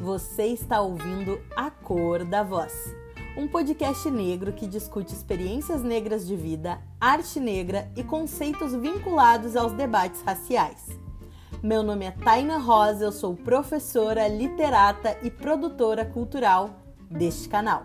Você está ouvindo A Cor da Voz, um podcast negro que discute experiências negras de vida, arte negra e conceitos vinculados aos debates raciais. Meu nome é Taina Rosa, eu sou professora, literata e produtora cultural deste canal.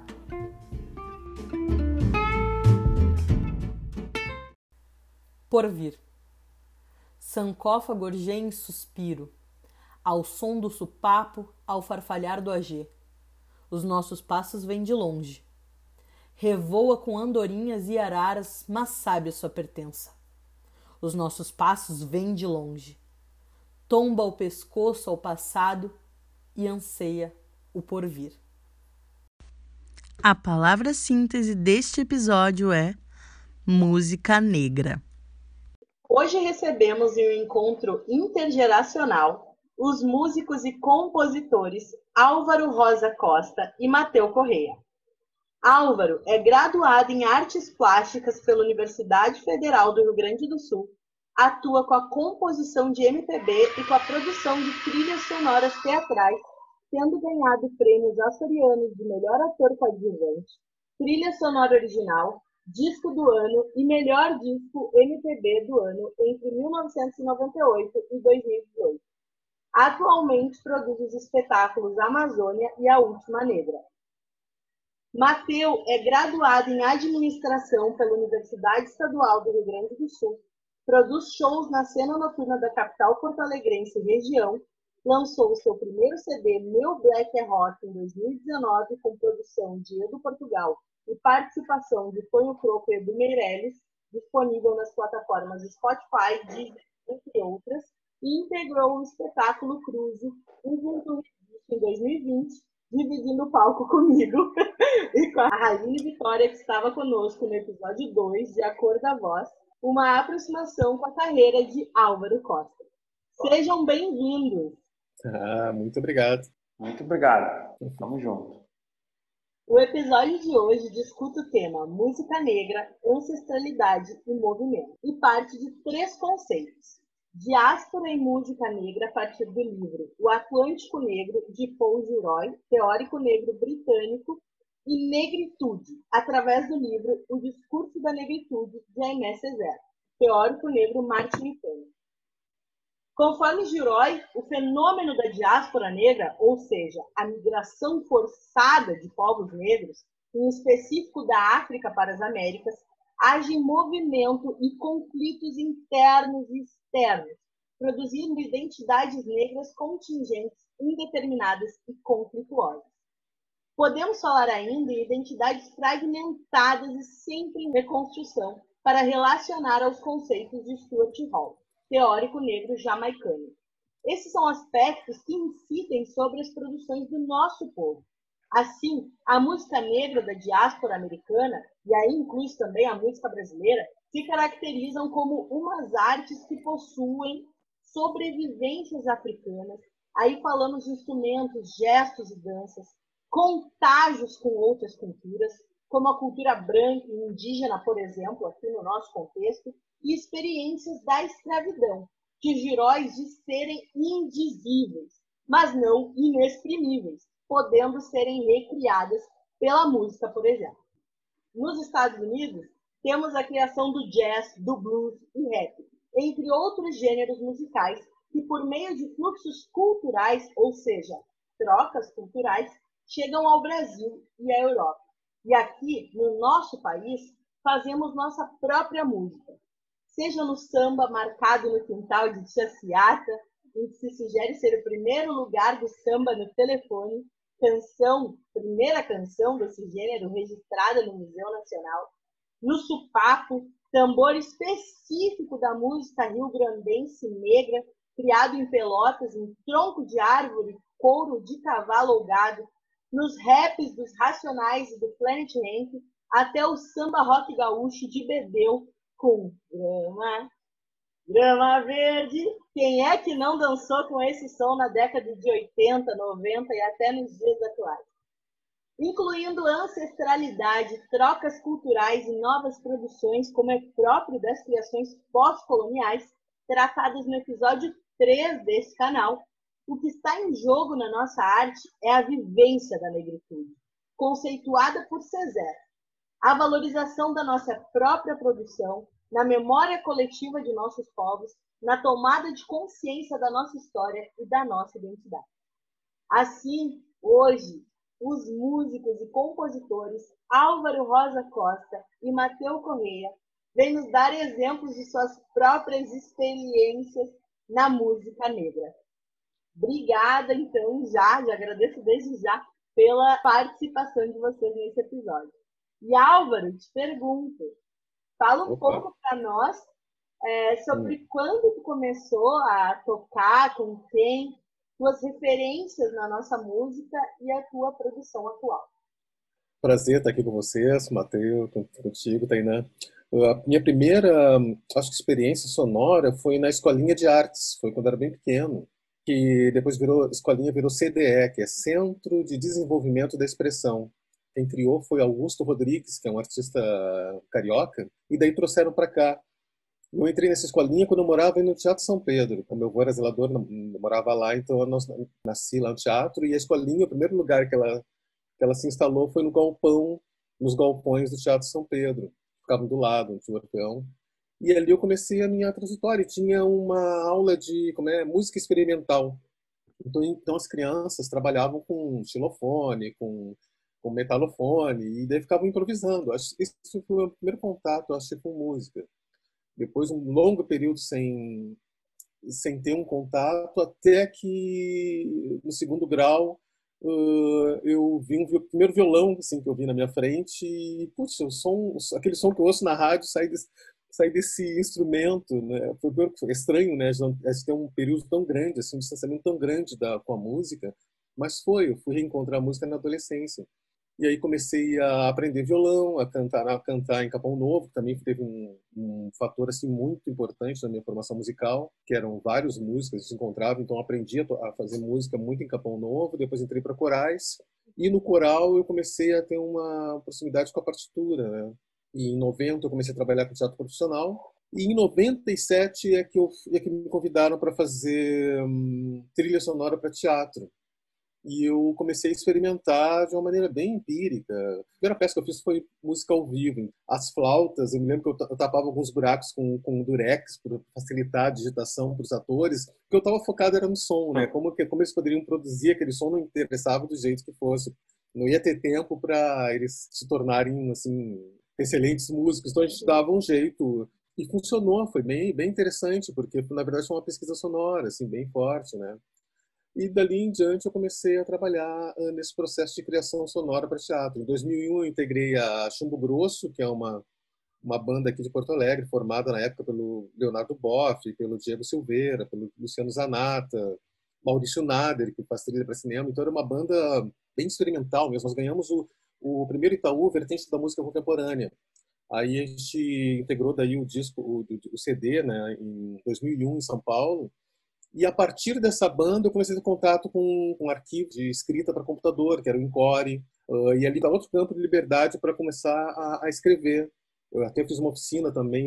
Porvir. Sankofa gorjeia em suspiro, ao som do supapo, ao farfalhar do agê. Os nossos passos vêm de longe. Revoa com andorinhas e araras, mas sabe a sua pertença. Os nossos passos vêm de longe. Tomba o pescoço ao passado e anseia o porvir. A palavra síntese deste episódio é música negra. Hoje recebemos em um encontro intergeracional os músicos e compositores Álvaro Rosa Costa e Mateu Correia. Álvaro é graduado em Artes Plásticas pela Universidade Federal do Rio Grande do Sul, atua com a composição de MPB e com a produção de trilhas sonoras teatrais, tendo ganhado prêmios açorianos de melhor ator coadjuvante, trilha sonora original, disco do ano e melhor disco MPB do ano entre 1998 e 2018. Atualmente produz os espetáculos Amazônia e A Última Negra. Mateu é graduado em Administração pela Universidade Estadual do Rio Grande do Sul, produz shows na cena noturna da capital porto-alegrense e região, lançou o seu primeiro CD Meu Black é Rock em 2019 com produção de Edu Portugal e participação de Tonho Croco e Edu Meirelles, disponível nas plataformas Spotify, Deezer, entre outras, e integrou o espetáculo Cruze, em 2020, dividindo o palco comigo e com a Raine Vitória, que estava conosco no episódio 2 de A Cor da Voz, uma aproximação com a carreira de Álvaro Costa. Sejam bem-vindos! Muito obrigado. Muito obrigado. Tamo junto. O episódio de hoje discute o tema música negra, ancestralidade e movimento, e parte de 3 conceitos. Diáspora e música negra a partir do livro O Atlântico Negro, de Paul Gilroy, teórico negro britânico, e negritude, através do livro O Discurso da Negritude, de Aimé Césaire, teórico negro martinicano. Conforme Gilroy, o fenômeno da diáspora negra, ou seja, a migração forçada de povos negros, em específico da África para as Américas, age em movimento e conflitos internos e externos, produzindo identidades negras contingentes, indeterminadas e conflituosas. Podemos falar ainda em identidades fragmentadas e sempre em reconstrução para relacionar aos conceitos de Stuart Hall, teórico negro jamaicano. Esses são aspectos que incidem sobre as produções do nosso povo. Assim, a música negra da diáspora americana, e aí inclui também a música brasileira, se caracterizam como umas artes que possuem sobrevivências africanas. Aí falamos de instrumentos, gestos e danças, contágios com outras culturas, como a cultura branca e indígena, por exemplo, aqui no nosso contexto, e experiências da escravidão, que Gilroy diz serem indizíveis, mas não inexprimíveis, podendo serem recriadas pela música, por exemplo. Nos Estados Unidos, temos a criação do jazz, do blues e rap, entre outros gêneros musicais, que por meio de fluxos culturais, ou seja, trocas culturais, chegam ao Brasil e à Europa. E aqui, no nosso país, fazemos nossa própria música. Seja no samba marcado no quintal de Tia Ciata, em que se sugere ser o primeiro lugar do samba no telefone, primeira canção desse gênero registrada no Museu Nacional, no supapo, tambor específico da música rio-grandense negra, criado em Pelotas, em tronco de árvore, couro de cavalo ou gado, nos raps dos Racionais e do Planet Hemp, até o samba rock gaúcho de Bebel, com grama verde. Quem é que não dançou com esse som na década de 80, 90 e até nos dias atuais? Incluindo ancestralidade, trocas culturais e novas produções, como é próprio das criações pós-coloniais, tratadas no episódio 3 desse canal, O que está em jogo na nossa arte é a vivência da negritude, conceituada por Césaire, a valorização da nossa própria produção, na memória coletiva de nossos povos, na tomada de consciência da nossa história e da nossa identidade. Assim, hoje, os músicos e compositores Álvaro Rosa Costa e Mateu Correia vêm nos dar exemplos de suas próprias experiências na música negra. Obrigada, então, já agradeço desde já pela participação de vocês nesse episódio. E Álvaro, te pergunto, fala um pouco para nós sobre quando tu começou a tocar, com quem, tuas referências na nossa música e a tua produção atual. Prazer estar aqui com vocês, Matheus, contigo, Tainá. A minha primeira, acho que experiência sonora foi na escolinha de artes, foi quando eu era bem pequeno, que depois escolinha virou CDE, que é Centro de Desenvolvimento da Expressão. Quem criou foi Augusto Rodrigues, que é um artista carioca, e daí trouxeram para cá. Eu entrei nessa escolinha quando eu morava no Teatro São Pedro. Como meu avô era zelador, eu morava lá, então eu nasci lá no teatro. E a escolinha, o primeiro lugar que ela se instalou foi no galpão, nos galpões do Teatro São Pedro. Ficavam do lado, tinha um orfeão. E ali eu comecei a minha trajetória. Tinha uma aula de música experimental. Então as crianças trabalhavam com xilofone, com metalofone, e daí ficavam improvisando. Esse foi o meu primeiro contato, acho, com música. Depois um longo período sem ter um contato, até que no segundo grau eu vi o primeiro violão assim, que eu vi na minha frente e, putz, aquele som que eu ouço na rádio sai desse instrumento, né? Foi estranho, né? A gente tem um período tão grande, assim, um distanciamento tão grande com a música, mas eu fui reencontrar a música na adolescência. E aí comecei a aprender violão, a cantar em Capão Novo, que também teve um fator assim muito importante na minha formação musical, que eram vários músicos que se encontravam, então aprendi a fazer música muito em Capão Novo, depois entrei para corais, e no coral eu comecei a ter uma proximidade com a partitura, né? E em 90 eu comecei a trabalhar com teatro profissional, e em 97 é que me convidaram para fazer trilha sonora para teatro. E eu comecei a experimentar de uma maneira bem empírica. A primeira peça que eu fiz foi música ao vivo. As flautas, eu me lembro que eu tapava alguns buracos com durex para facilitar a digitação para os atores, porque eu estava focado era no som, né? Como eles poderiam produzir aquele som, não interessava do jeito que fosse. Não ia ter tempo para eles se tornarem assim excelentes músicos. Então a gente dava um jeito e funcionou. Foi bem interessante, porque na verdade foi uma pesquisa sonora assim bem forte, né? E dali em diante eu comecei a trabalhar nesse processo de criação sonora para teatro. Em 2001 eu integrei a Chumbo Grosso, que é uma banda aqui de Porto Alegre, formada na época pelo Leonardo Boff, pelo Diego Silveira, pelo Luciano Zanata, Maurício Nader, que faz trilha para cinema. Então era uma banda bem experimental mesmo. Nós ganhamos o primeiro Itaú, vertente da música contemporânea. Aí a gente integrou daí o disco, o CD, né, em 2001 em São Paulo. E a partir dessa banda eu comecei a ter contato com um arquivo de escrita para computador, que era o Encore, e ali está outro campo de liberdade para começar a escrever. Eu até fiz uma oficina também,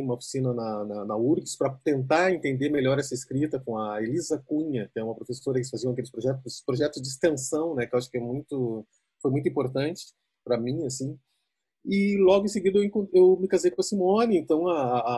na URGS, para tentar entender melhor essa escrita com a Elisa Cunha, que é uma professora que fazia aqueles projetos de extensão, né, que eu acho que foi muito importante para mim, assim. E logo em seguida eu me casei com a Simone, então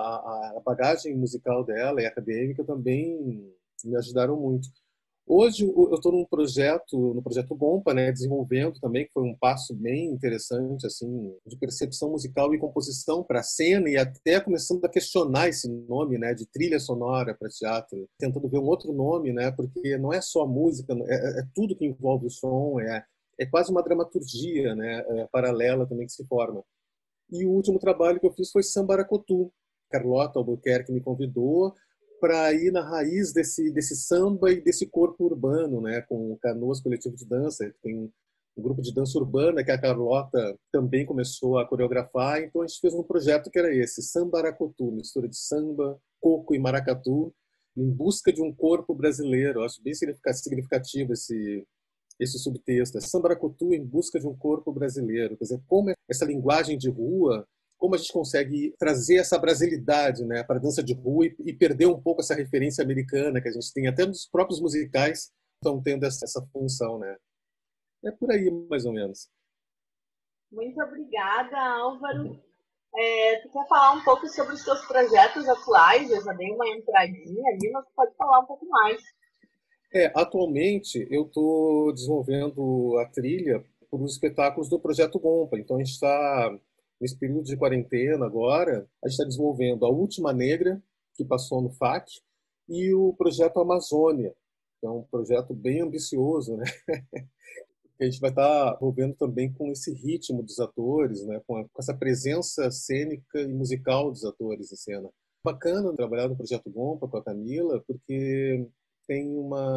a bagagem musical dela e acadêmica também me ajudaram muito. Hoje eu estou no projeto Bompa, né, desenvolvendo também, que foi um passo bem interessante assim de percepção musical e composição para a cena, e até começando a questionar esse nome, né, de trilha sonora para teatro, tentando ver um outro nome, né, porque não é só música, é tudo que envolve o som, é quase uma dramaturgia, né, paralela também que se forma. E o último trabalho que eu fiz foi Sambaracotu. Carlota Albuquerque me convidou para ir na raiz desse samba e desse corpo urbano, né, com o Canoas Coletivo de Dança, que tem um grupo de dança urbana que a Carlota também começou a coreografar. Então a gente fez um projeto que era esse, Sambaracotu, mistura de samba, coco e maracatu, em busca de um corpo brasileiro. Eu acho bem significativo esse subtexto, é Sambaracotu em busca de um corpo brasileiro. Quer dizer, como essa linguagem de rua, como a gente consegue trazer essa brasilidade, né, para a dança de rua e perder um pouco essa referência americana que a gente tem até nos próprios musicais estão tendo essa função, né? É por aí, mais ou menos. Muito obrigada, Álvaro. Tu quer falar um pouco sobre os seus projetos atuais? Eu já dei uma entradinha ali, mas tu pode falar um pouco mais. Atualmente eu estou desenvolvendo a trilha para os espetáculos do Projeto Gompa. Então a gente está nesse período de quarentena agora, a gente está desenvolvendo A Última Negra, que passou no FAC, e o Projeto Amazônia, que é um projeto bem ambicioso, né? Que a gente vai estar envolvendo também com esse ritmo dos atores, né? Com essa presença cênica e musical dos atores em cena. Bacana trabalhar no Projeto Gompa com a Camila, porque tem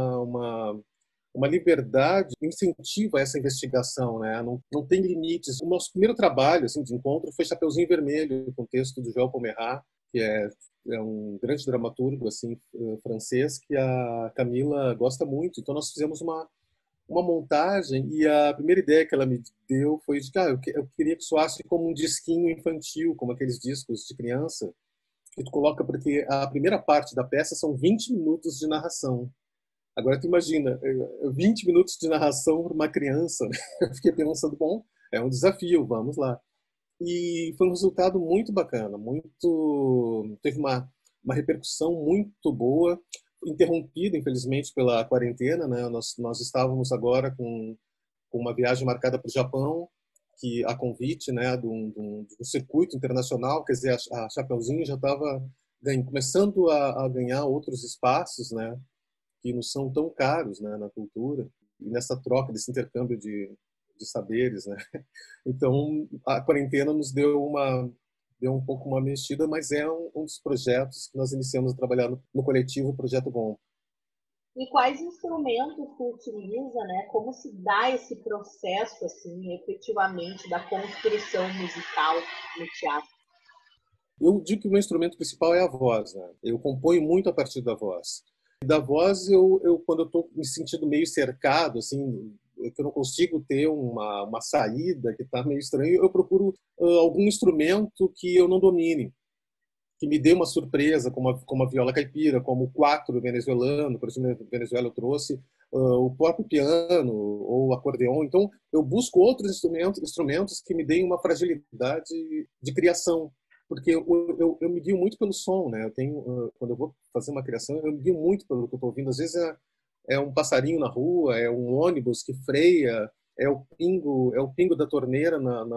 uma liberdade, incentiva essa investigação, né? Não tem limites. O nosso primeiro trabalho assim, de encontro foi Chapeuzinho Vermelho, com o texto do João Pomerá, que é um grande dramaturgo assim, francês, que a Camila gosta muito. Então nós fizemos uma montagem e a primeira ideia que ela me deu foi de que eu queria que soasse como um disquinho infantil, como aqueles discos de criança, que tu coloca, porque a primeira parte da peça são 20 minutos de narração. Agora tu imagina, 20 minutos de narração para uma criança, né? Eu fiquei pensando, bom, é um desafio, vamos lá. E foi um resultado muito bacana, teve uma repercussão muito boa, interrompida, infelizmente, pela quarentena, né? Nós estávamos agora com uma viagem marcada para o Japão, que a convite, né, de um circuito internacional, quer dizer, a Chapeuzinho já estava começando a ganhar outros espaços, né, que não são tão caros, né, na cultura, e nessa troca, desse intercâmbio de saberes, né. Então, a quarentena nos deu um pouco uma mexida, mas é um dos projetos que nós iniciamos a trabalhar no coletivo Projeto Bom. E quais instrumentos tu utiliza, né? Como se dá esse processo, assim, efetivamente, da construção musical no teatro? Eu digo que o meu instrumento principal é a voz, né? Eu componho muito a partir da voz. Da voz, quando eu estou me sentindo meio cercado, assim, que eu não consigo ter uma saída, que está meio estranho, eu procuro algum instrumento que eu não domine, que me dê uma surpresa, como a viola caipira, como o quatro venezuelano, por exemplo, na Venezuela eu trouxe o próprio piano ou o acordeon. Então, eu busco outros instrumentos que me deem uma fragilidade de criação, porque eu me guio muito pelo som, né? Quando eu vou fazer uma criação, eu me guio muito pelo que eu estou ouvindo. Às vezes é um passarinho na rua, é um ônibus que freia, é o pingo da torneira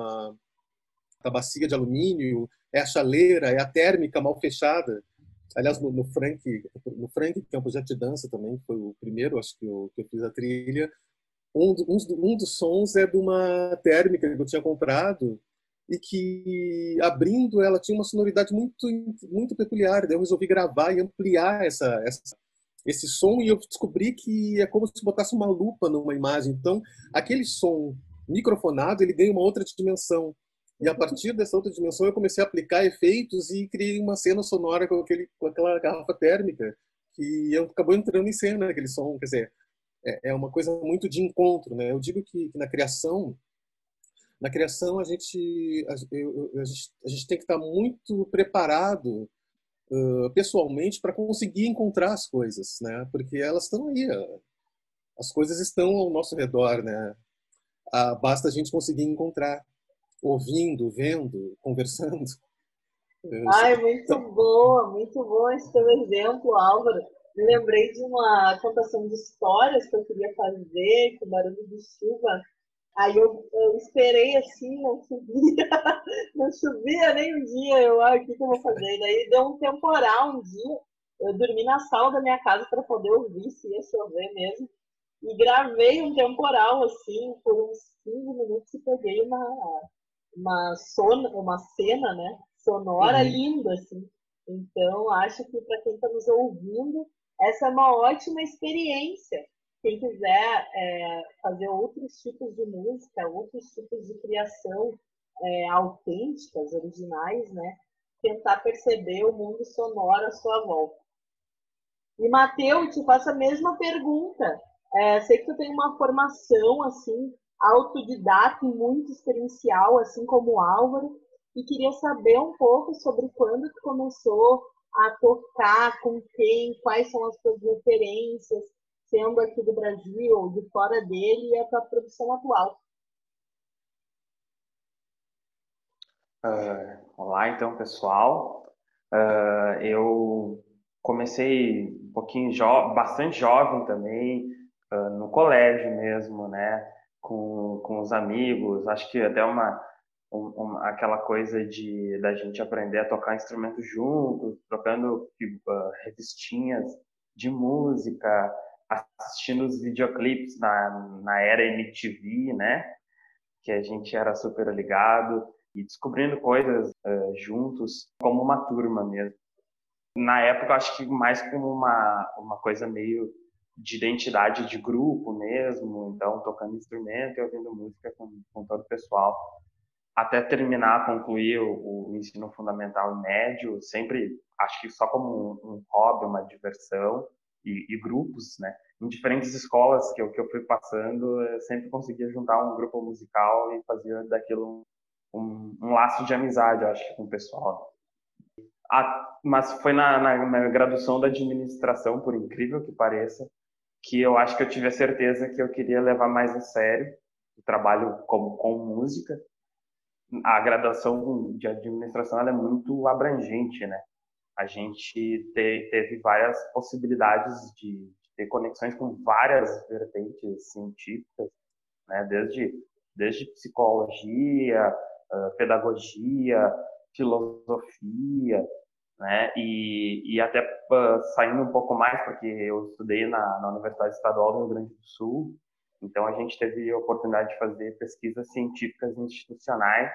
na bacia de alumínio, é a chaleira, é a térmica mal fechada. Aliás, no Frank, que é um projeto de dança também, que foi o primeiro, acho que eu fiz a trilha, um dos sons é de uma térmica que eu tinha comprado e que, abrindo, ela tinha uma sonoridade muito, muito peculiar. Daí eu resolvi gravar e ampliar esse som, e eu descobri que é como se botasse uma lupa numa imagem. Então, aquele som microfonado, ele ganha uma outra dimensão. E a partir dessa outra dimensão eu comecei a aplicar efeitos e criei uma cena sonora com aquela garrafa térmica, que acabou entrando em cena aquele som. Quer dizer, é uma coisa muito de encontro, né? Eu digo que na criação a gente tem que estar muito preparado pessoalmente para conseguir encontrar as coisas, né? Porque elas estão aí, as coisas estão ao nosso redor, né? Basta a gente conseguir encontrar, ouvindo, vendo, conversando. Ai, muito bom esse teu exemplo, Álvaro. Me lembrei de uma contação de histórias que eu queria fazer, com barulho de chuva. Aí eu esperei assim, não chovia, não chovia nem um dia. O que eu vou fazer? Daí deu um temporal um dia. Eu dormi na sala da minha casa para poder ouvir se ia chover mesmo. E gravei um temporal assim, por uns 15 minutos e peguei uma cena, né, sonora Uhum. linda, assim. Então, acho que para quem está nos ouvindo, essa é uma ótima experiência. Quem quiser fazer outros tipos de música, outros tipos de criação autênticas, originais, né, tentar perceber o mundo sonoro à sua volta. E, Matheus, te faço a mesma pergunta. Sei que tu tem uma formação assim autodidata e muito experiencial, assim como o Álvaro, e queria saber um pouco sobre quando tu começou a tocar, com quem, quais são as tuas referências, sendo aqui do Brasil ou de fora dele, e a tua produção atual. Olá, então, pessoal. Eu comecei um pouquinho bastante jovem também, no colégio mesmo, né? Com os amigos. Acho que até aquela coisa da gente aprender a tocar instrumento juntos, trocando revistinhas de música, assistindo os videoclipes na era MTV, né? Que a gente era super ligado e descobrindo coisas juntos, como uma turma mesmo. Na época, eu acho que mais como uma coisa meio de identidade de grupo mesmo, então tocando instrumento e ouvindo música com todo o pessoal. Até terminar, concluir o ensino fundamental e médio, sempre acho que só como um hobby, uma diversão e grupos, né? Em diferentes escolas que eu fui passando, eu sempre conseguia juntar um grupo musical e fazia daquilo um laço de amizade, eu acho, com o pessoal. Mas foi na graduação da administração, por incrível que pareça, que eu acho que eu tive a certeza que eu queria levar mais a sério o trabalho com música. A graduação de administração ela é muito abrangente, né? A gente teve várias possibilidades de ter conexões com várias vertentes científicas, né? Desde psicologia, pedagogia, filosofia, né? E até saindo um pouco mais, porque eu estudei na Universidade Estadual do Rio Grande do Sul, então a gente teve a oportunidade de fazer pesquisas científicas institucionais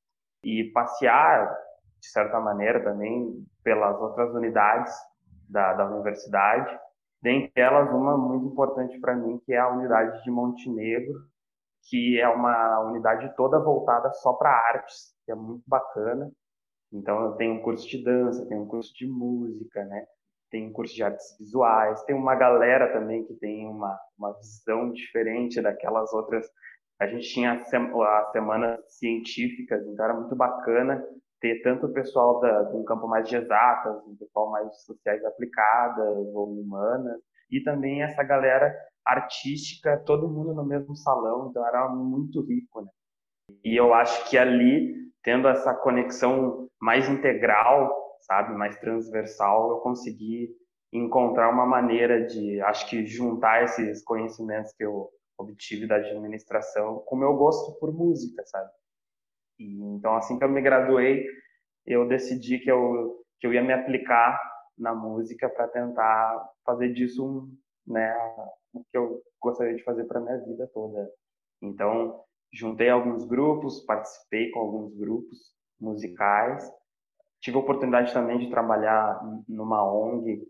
e passear, de certa maneira, também pelas outras unidades da universidade. Dentre elas, uma muito importante para mim, que é a unidade de Montenegro, que é uma unidade toda voltada só para artes, que é muito bacana. Então, eu tenho um curso de dança, tenho um curso de música, né? Tem um curso de artes visuais, tem uma galera também que tem uma visão diferente daquelas outras. A gente tinha as semanas científicas, então era muito bacana ter tanto o pessoal de um campo mais de exatas, um pessoal mais de sociais aplicadas ou humanas, e também essa galera artística, todo mundo no mesmo salão, então era muito rico, né? E eu acho que ali, tendo essa conexão mais integral, sabe, mais transversal, eu consegui encontrar uma maneira de, acho que, juntar esses conhecimentos que eu obtive da administração com o meu gosto por música, sabe? E, então, assim que eu me graduei, eu decidi que eu ia me aplicar na música para tentar fazer disso né, o que eu gostaria de fazer para minha vida toda. Então, juntei alguns grupos, participei com alguns grupos musicais. Tive a oportunidade também de trabalhar numa ONG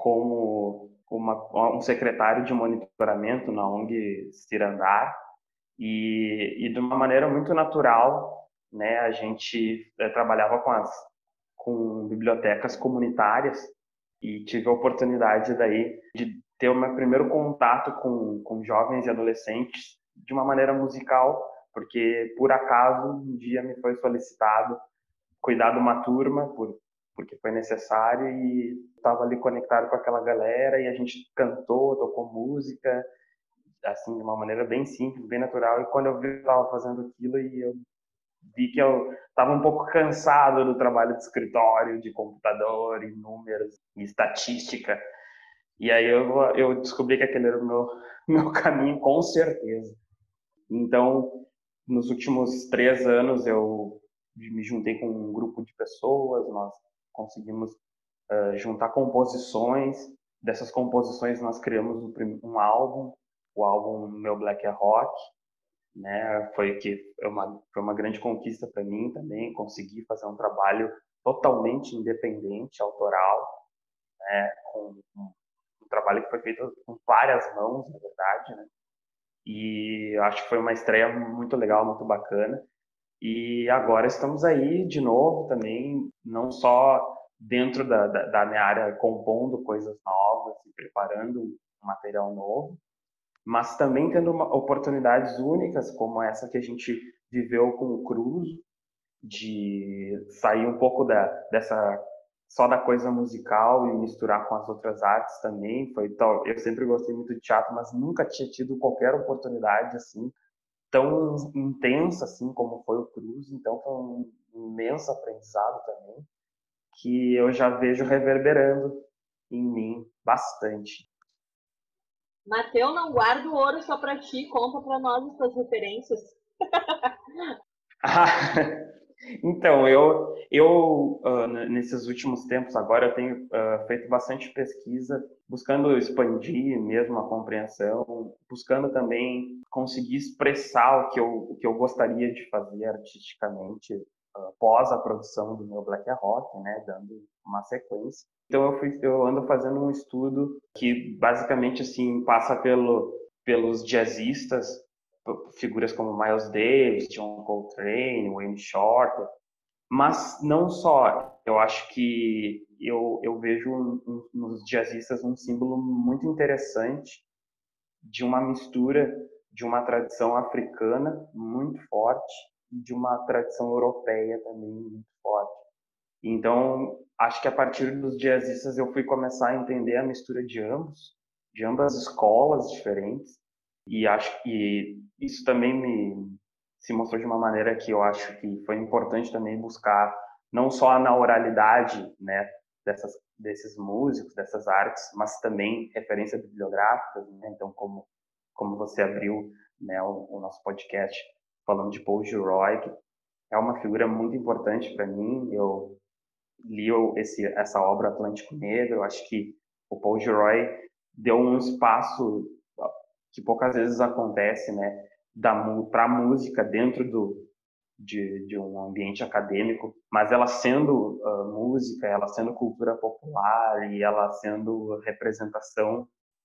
como um secretário de monitoramento na ONG Cirandar e de uma maneira muito natural, né, a gente trabalhava com bibliotecas comunitárias e tive a oportunidade daí de ter o meu primeiro contato com jovens e adolescentes de uma maneira musical, porque por acaso um dia me foi solicitado cuidar de uma turma porque foi necessário e estava ali conectado com aquela galera e a gente cantou, tocou música, assim, de uma maneira bem simples, bem natural. E quando eu vi que eu estava fazendo aquilo e eu vi que eu estava um pouco cansado do trabalho de escritório, de computador, e números, e estatística. E aí eu descobri que aquele era o meu caminho, com certeza. Então, nos últimos 3 anos, eu me juntei com um grupo de pessoas, nós conseguimos juntar composições. Dessas composições, nós criamos um álbum, o álbum Meu Black é Rock, né? Foi uma grande conquista para mim também, conseguir fazer um trabalho totalmente independente, autoral, né? Com um trabalho que foi feito com várias mãos, na verdade, né? E acho que foi uma estreia muito legal, muito bacana. E agora estamos aí de novo também, não só dentro da minha área compondo coisas novas e preparando um material novo, mas também tendo oportunidades únicas como essa que a gente viveu com o Cruzo, de sair um pouco dessa só da coisa musical e misturar com as outras artes também. Eu sempre gostei muito de teatro, mas nunca tinha tido qualquer oportunidade assim tão intensa assim como foi o Cruz. Então foi um imenso aprendizado também, que eu já vejo reverberando em mim bastante. Mateu, não guarda o ouro só para ti, conta para nós as tuas referências. Então, nesses últimos tempos agora eu tenho feito bastante pesquisa, buscando expandir mesmo a compreensão, buscando também conseguir expressar o que eu gostaria de fazer artisticamente após a produção do meu Black Rock, né, dando uma sequência. Então eu ando fazendo um estudo que basicamente assim passa pelos jazzistas, figuras como Miles Davis, John Coltrane, Wayne Shorter, mas não só. Eu acho que eu vejo nos jazzistas um símbolo muito interessante de uma mistura de uma tradição africana muito forte e de uma tradição europeia também muito forte. Então, acho que a partir dos jazzistas eu fui começar a entender a mistura de ambas escolas diferentes, e acho que isso também se mostrou de uma maneira que eu acho que foi importante também buscar não só na oralidade, né, desses músicos, dessas artes, mas também referências bibliográficas, né? Então, como você abriu, né, o nosso podcast falando de Paul Gilroy, que é uma figura muito importante para mim. Eu li essa obra Atlântico Negro. Eu acho que o Paul Gilroy deu um espaço que poucas vezes acontece, né, para a música dentro de um ambiente acadêmico, mas ela sendo música, ela sendo cultura popular e ela sendo representação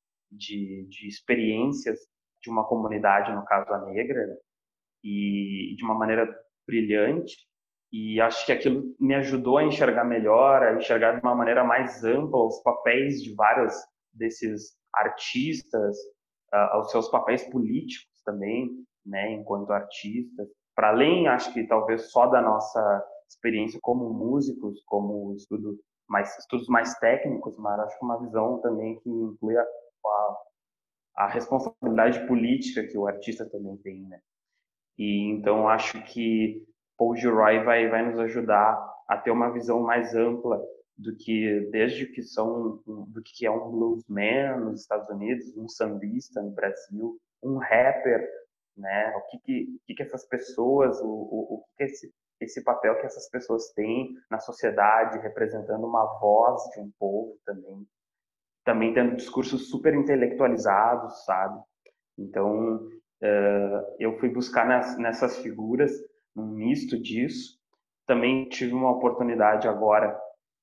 de experiências de uma comunidade, no caso a negra, né, e de uma maneira brilhante. E acho que aquilo me ajudou a enxergar melhor, a enxergar de uma maneira mais ampla os papéis de vários desses artistas, os seus papéis políticos também, né, enquanto artistas. Para além, acho que talvez só da nossa experiência como músicos, como estudos mais técnicos, mas acho que uma visão também que inclui a responsabilidade política que o artista também tem, né? E então acho que Paul Gilroy vai nos ajudar a ter uma visão mais ampla do que desde que do que é um bluesman nos Estados Unidos, um sambista no Brasil, um rapper, né? O que essas pessoas, o que esse papel que essas pessoas têm na sociedade, representando uma voz de um povo também tendo discursos super intelectualizados, sabe? Então, eu fui buscar nessas figuras um misto disso. Também tive uma oportunidade agora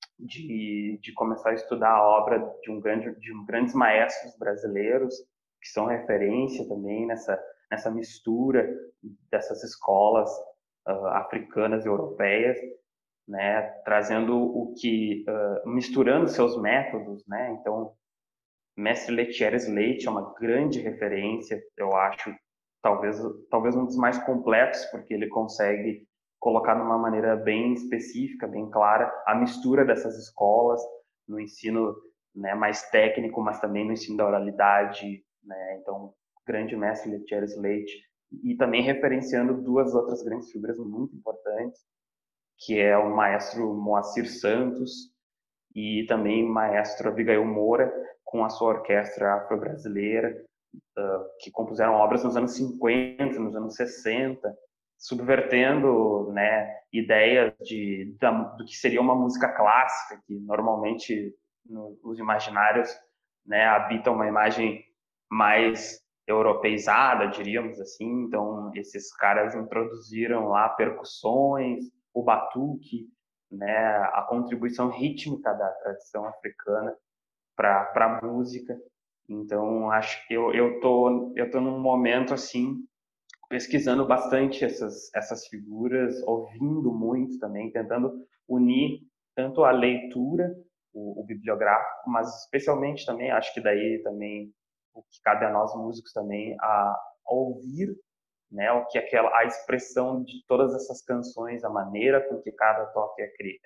de começar a estudar a obra de grandes maestros brasileiros, que são referência também nessa mistura dessas escolas africanas e europeias, né, trazendo misturando seus métodos, né? Então, Mestre Letieres Leite é uma grande referência, eu acho, talvez um dos mais completos, porque ele consegue colocar de uma maneira bem específica, bem clara, a mistura dessas escolas no ensino, né, mais técnico, mas também no ensino da oralidade, né? Então, grande mestre Letieres Leite, e também referenciando duas outras grandes figuras muito importantes, que é o maestro Moacir Santos e também maestro Abigail Moura, com a sua orquestra afro-brasileira, que compuseram obras nos anos 50, nos anos 60, subvertendo, né, ideias do que seria uma música clássica, que normalmente nos imaginários, né, habita uma imagem mais europeizada, diríamos assim. Então, esses caras introduziram lá percussões, o batuque, né, a contribuição rítmica da tradição africana para a música. Então, acho que eu tô num momento assim pesquisando bastante essas figuras, ouvindo muito também, tentando unir tanto a leitura, o bibliográfico, mas especialmente também, acho que daí também o que cabe a nós músicos também a ouvir, né, a expressão de todas essas canções, a maneira com que cada toque é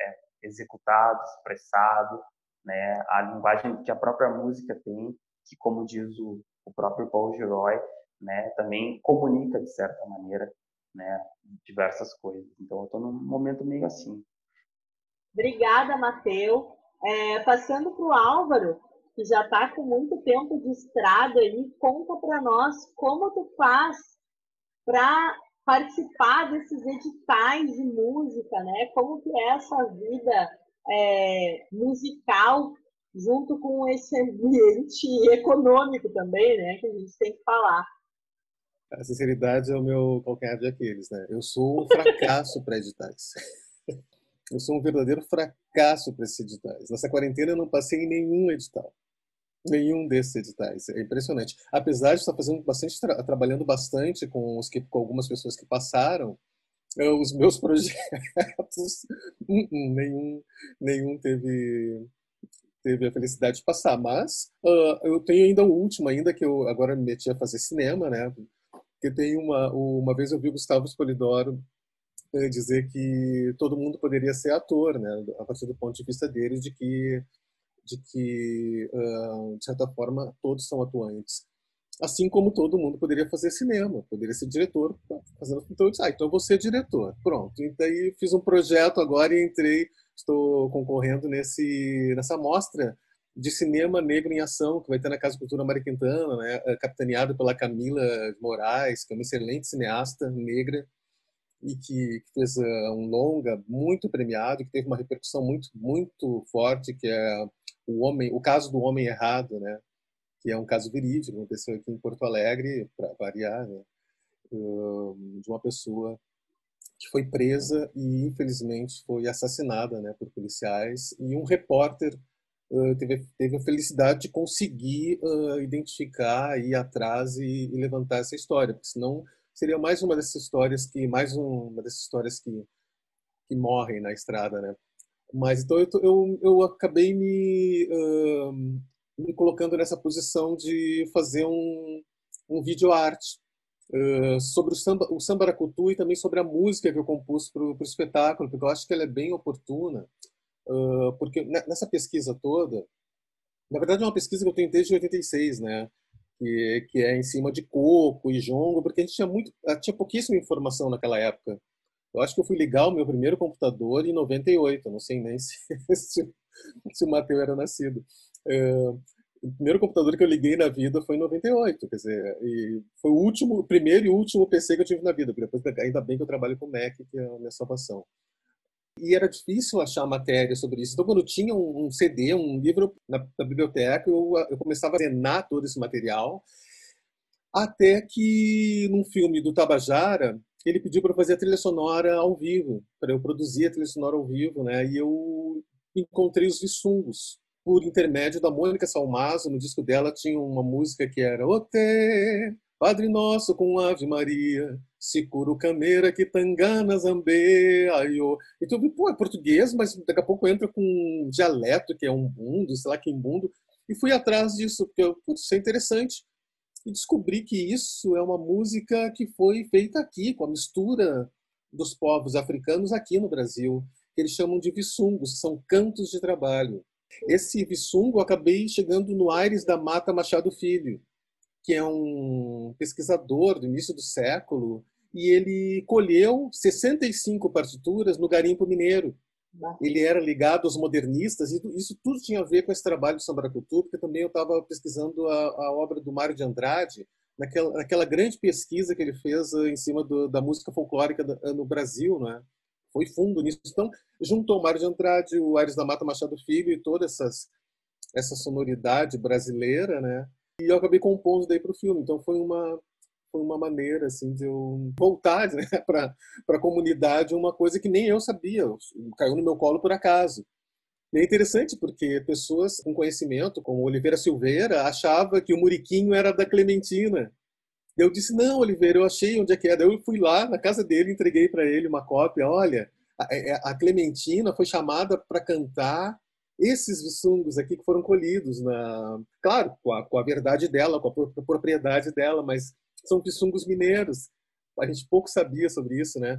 executado, expressado, né? A linguagem que a própria música tem, que, como diz o próprio Paul Gilroy, né, também comunica, de certa maneira, né, diversas coisas. Então, eu estou num momento meio assim. Obrigada, Matheus. Passando para o Álvaro, que já está com muito tempo de estrada aí, conta para nós como tu faz para participar desses editais de música, né? Como que é essa vida musical junto com esse ambiente econômico também, né? Que a gente tem que falar. A sinceridade é o meu calcanhar de Aquiles, né? Eu sou um fracasso para editais. Eu sou um verdadeiro fracasso para esses editais. Nessa quarentena eu não passei em nenhum edital. Nenhum desses editais. É impressionante. Apesar de estar fazendo bastante, trabalhando bastante com algumas pessoas que passaram, os meus projetos, nenhum teve a felicidade de passar. Mas eu tenho ainda o último, ainda que eu agora me meti a fazer cinema, né? Que tem uma vez eu vi o Gustavo Spolidoro dizer que todo mundo poderia ser ator, né? A partir do ponto de vista deles, de certa forma, todos são atuantes. Assim como todo mundo poderia fazer cinema, poderia ser diretor, fazendo então eu disse, então eu vou ser diretor. Pronto. E daí fiz um projeto agora e estou concorrendo nessa mostra de cinema negro em ação, que vai ter na Casa Cultura Mário Quintana, né, capitaneado pela Camila de Moraes, que é uma excelente cineasta negra, e que fez um longa muito premiado, que teve uma repercussão muito, muito forte, que é o caso do homem errado, né? Que é um caso verídico, aconteceu aqui em Porto Alegre, para variar, né? De uma pessoa que foi presa e infelizmente foi assassinada, né, por policiais, e um repórter teve a felicidade de conseguir identificar, ir atrás e levantar essa história, porque senão seria mais uma dessas histórias que morrem na estrada, né? Mas então eu acabei me colocando nessa posição de fazer um vídeo arte sobre o sambaracutu e também sobre a música que eu compus para o espetáculo, porque eu acho que ela é bem oportuna, porque nessa pesquisa toda, na verdade é uma pesquisa que eu tenho desde 86, né? Que é em cima de coco e jongo, porque a gente tinha pouquíssima informação naquela época. Eu acho que eu fui ligar o meu primeiro computador em 98, eu não sei nem se o Matheus era nascido. O primeiro computador que eu liguei na vida foi em 98, quer dizer, e foi o primeiro e último PC que eu tive na vida, porque depois ainda bem que eu trabalho com Mac, que é a minha salvação. E era difícil achar matéria sobre isso. Então, quando tinha um CD, um livro na biblioteca, eu começava a zenar todo esse material, até que num filme do Tabajara, ele pediu para eu fazer a trilha sonora ao vivo, para eu produzir a trilha sonora ao vivo, né? E eu encontrei os Vissungos por intermédio da Mônica Salmazo. No disco dela tinha uma música que era Ote, Padre Nosso com Ave Maria, Sicuro Cameira que Tangana Zambê, Aiô. Então, pô, é português, mas daqui a pouco entra com um dialeto que é umbundo, sei lá que imbundo, e fui atrás disso, porque, putz, isso é interessante. E descobri que isso é uma música que foi feita aqui, com a mistura dos povos africanos aqui no Brasil, que eles chamam de vissungos, que são cantos de trabalho. Esse vissungo eu acabei chegando no Aires da Mata Machado Filho, que é um pesquisador do início do século, e ele colheu 65 partituras no Garimpo Mineiro. Ele era ligado aos modernistas, e isso tudo tinha a ver com esse trabalho do Sambaracutu, porque também eu estava pesquisando a obra do Mário de Andrade, naquela grande pesquisa que ele fez em cima da música folclórica no Brasil, né? Foi fundo nisso. Então, juntou o Mário de Andrade, o Aires da Mata Machado Filho e toda essa sonoridade brasileira, né? E eu acabei compondo daí para o filme. Então, foi uma maneira assim de eu voltar, né, para a comunidade, uma coisa que nem eu sabia, caiu no meu colo por acaso. E é interessante porque pessoas com conhecimento, como Oliveira Silveira, achava que o Muriquinho era da Clementina. Eu disse, não, Oliveira, eu achei onde é que era. Eu fui lá na casa dele, entreguei para ele uma cópia. Olha, a Clementina foi chamada para cantar esses vissungos aqui que foram colhidos, claro, com a verdade dela, com a propriedade dela, mas são vissungos mineiros. A gente pouco sabia sobre isso, né?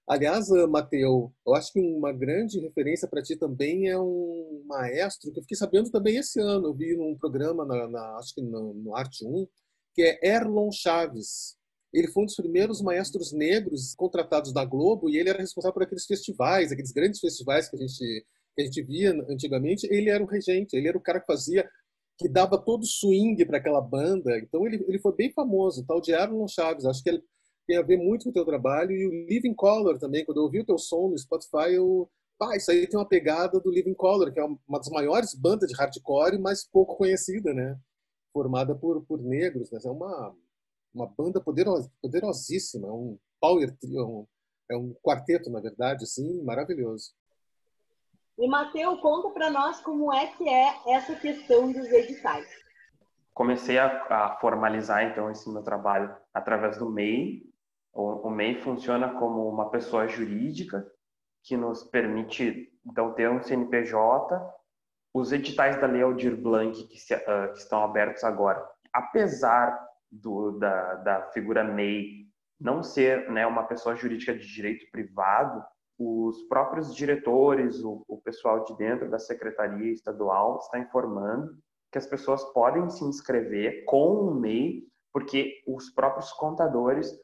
Aliás, Mateu, eu acho que uma grande referência para ti também é um maestro que eu fiquei sabendo também esse ano. Eu vi num programa, acho que no Arte 1, que é Erlon Chaves. Ele foi um dos primeiros maestros negros contratados da Globo e ele era responsável por aqueles festivais, aqueles grandes festivais que a gente via antigamente. Ele era o regente, ele era o cara que fazia, que dava todo o swing para aquela banda. Então ele foi bem famoso, o tal de Erlon Chaves. Acho que ele tem a ver muito com o teu trabalho. E o Living Color também, quando eu ouvi o teu som no Spotify, isso aí tem uma pegada do Living Color, que é uma das maiores bandas de hardcore, mas pouco conhecida, né? Formada por negros, mas é uma banda poderosíssima, é um power trio, é um quarteto, na verdade, assim, maravilhoso. E, Matheus, conta para nós como é que é essa questão dos editais. Comecei a formalizar, então, esse meu trabalho através do MEI. O MEI funciona como uma pessoa jurídica que nos permite, então, ter um CNPJ. Os editais da Lei Aldir Blanc que estão abertos agora, apesar da figura MEI não ser, né, uma pessoa jurídica de direito privado, os próprios diretores, o pessoal de dentro da Secretaria Estadual está informando que as pessoas podem se inscrever com o MEI, porque os próprios contadores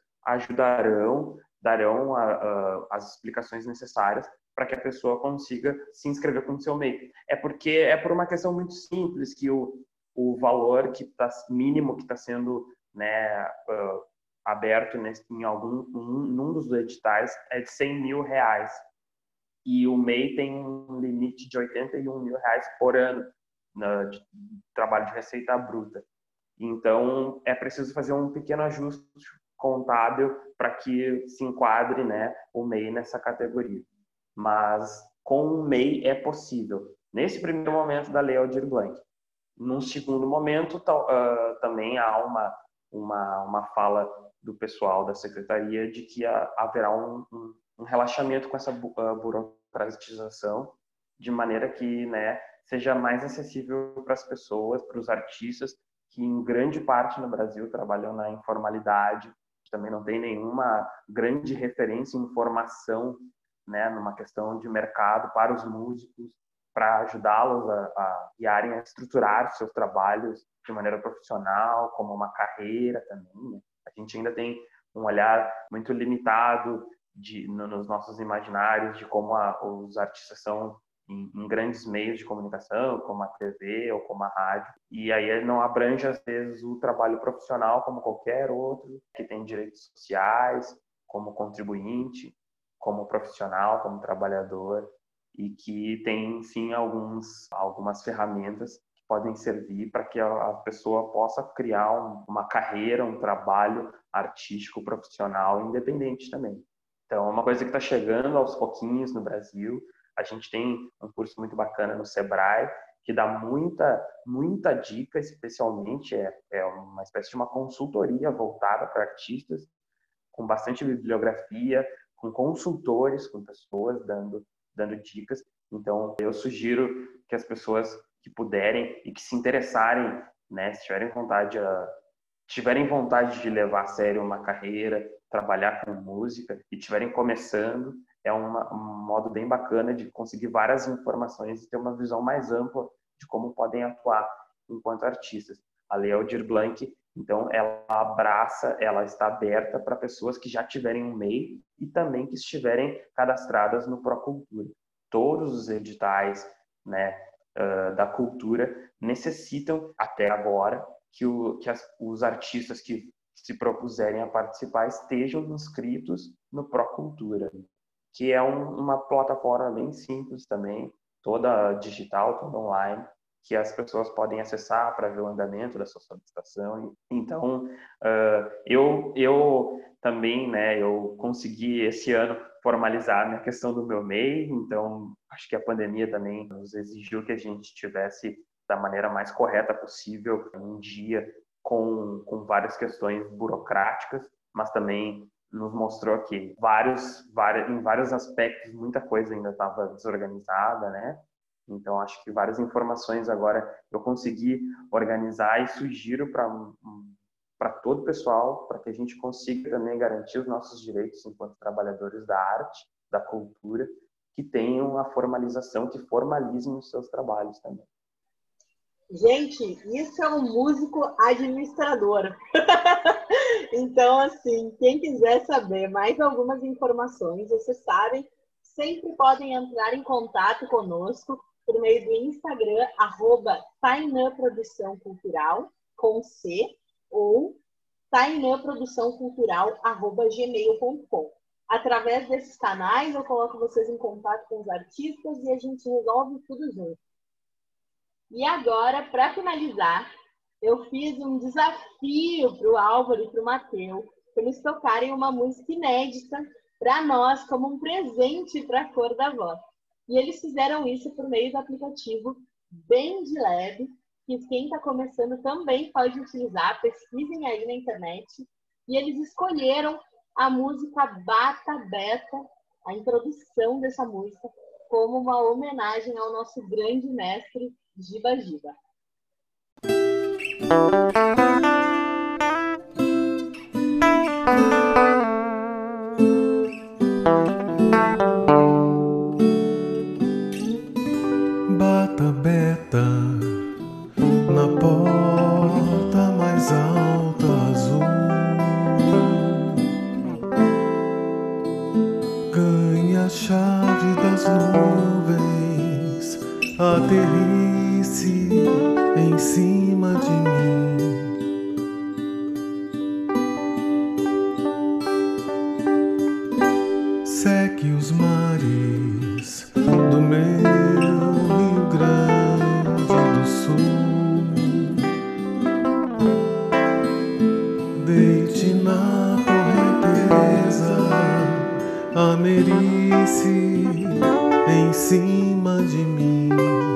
darão as explicações necessárias para que a pessoa consiga se inscrever com o seu MEI. É porque é por uma questão muito simples que o valor mínimo que está sendo, né, aberto num dos editais é de R$ 100.000. E o MEI tem um limite de R$ 81.000 por ano de trabalho de receita bruta. Então, é preciso fazer um pequeno ajuste contábil para que se enquadre, né, o MEI nessa categoria. Mas com o MEI é possível. Nesse primeiro momento da Lei Aldir Blanc. Num segundo momento, também há uma fala do pessoal da secretaria de que haverá um relaxamento com essa burocratização, de maneira que, né, seja mais acessível para as pessoas, para os artistas, que em grande parte no Brasil trabalham na informalidade, também não tem nenhuma grande referência em formação, né, numa questão de mercado para os músicos, para ajudá-los a guiarem a estruturar seus trabalhos de maneira profissional, como uma carreira também, né? A gente ainda tem um olhar muito limitado nos nossos imaginários de como os artistas são em grandes meios de comunicação, como a TV ou como a rádio. E aí não abrange, às vezes, o trabalho profissional como qualquer outro, que tem direitos sociais, como contribuinte, como profissional, como trabalhador, e que tem, sim, algumas ferramentas que podem servir para que a pessoa possa criar uma carreira, um trabalho artístico, profissional, independente também. Então, é uma coisa que está chegando aos pouquinhos no Brasil. A gente tem um curso muito bacana no Sebrae, que dá muita dica, especialmente é uma espécie de uma consultoria voltada para artistas, com bastante bibliografia, com consultores, com pessoas dando dicas. Então, eu sugiro que as pessoas que puderem e que se interessarem, né, se tiverem vontade de levar a sério uma carreira, trabalhar com música e estiverem começando, é um modo bem bacana de conseguir várias informações e ter uma visão mais ampla de como podem atuar enquanto artistas. A Lei Aldir Blanc, então, ela está aberta para pessoas que já tiverem um MEI e também que estiverem cadastradas no Procultura. Todos os editais, né, da cultura necessitam, até agora, que os artistas que se propuserem a participar estejam inscritos no Procultura, que é uma plataforma bem simples também, toda digital, toda online, que as pessoas podem acessar para ver o andamento da sua solicitação. Então, eu também, né, eu consegui esse ano formalizar a minha questão do meu MEI, então acho que a pandemia também nos exigiu que a gente tivesse da maneira mais correta possível um dia com várias questões burocráticas, mas também nos mostrou que em vários aspectos muita coisa ainda estava desorganizada, né? Então acho que várias informações agora eu consegui organizar e sugiro para para todo o pessoal, para que a gente consiga também garantir os nossos direitos enquanto trabalhadores da arte, da cultura, que tenham a formalização, que formalizem os seus trabalhos também. Gente, isso é um músico administrador. Então, assim, quem quiser saber mais algumas informações, vocês sabem, sempre podem entrar em contato conosco por meio do Instagram, @tainãproduçãocultural, com C, ou tainãproduçãocultural@gmail.com. Através desses canais, eu coloco vocês em contato com os artistas e a gente resolve tudo junto. E agora, para finalizar, eu fiz um desafio para o Álvaro e para o Matheus, para eles tocarem uma música inédita para nós, como um presente para a Cor da Voz. E eles fizeram isso por meio do aplicativo Bem de Leve, que quem está começando também pode utilizar, pesquisem aí na internet. E eles escolheram a música Bata Beta, a introdução dessa música, como uma homenagem ao nosso grande mestre Giba Giba. Bata beta na porta mais alta azul, ganha a chave das nuvens, aterrice em cima de mim. Seque os mares do meu Rio Grande do Sul, deite na correnteza, americe em cima de mim.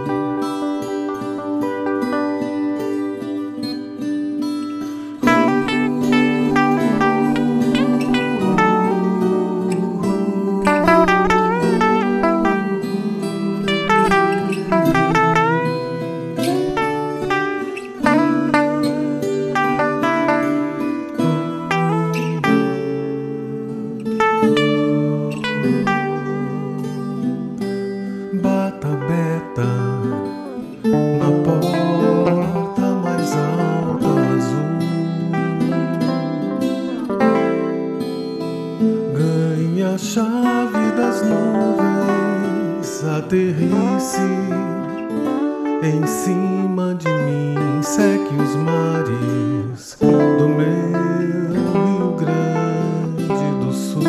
Bata beta na porta mais alta azul, ganha a chave das nuvens, aterrice em cima de mim. Seque os mares do meu Rio Grande do Sul,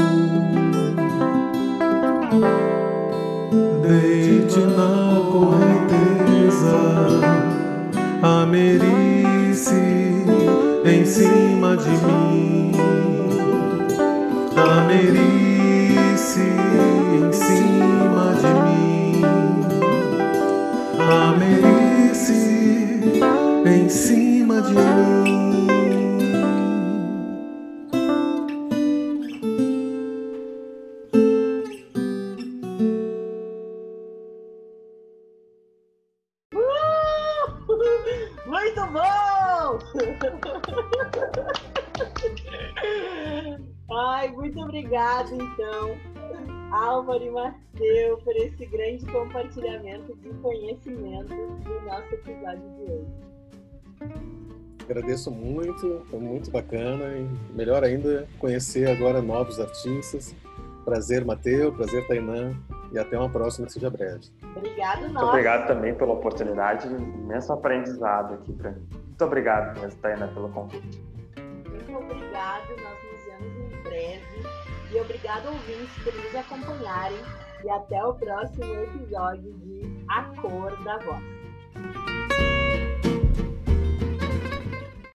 deite na correnteza, americe em cima de mim. Americe em cima de mim. Americe em cima de mim. Muito bom! Ai, muito obrigada, então, Álvaro e Matheus, por esse grande compartilhamento de conhecimento do nosso episódio de hoje. Agradeço muito, foi muito bacana e melhor ainda conhecer agora novos artistas. Prazer, Matheus, prazer, Tainã, e até uma próxima que seja breve. Obrigado, Muito obrigado também pela oportunidade, imenso aprendizado aqui para mim. Muito obrigado mesmo, Tainã, pelo convite. Muito obrigado, nós nos vemos em breve. E obrigado, ouvintes, por nos acompanharem. E até o próximo episódio de A Cor da Voz.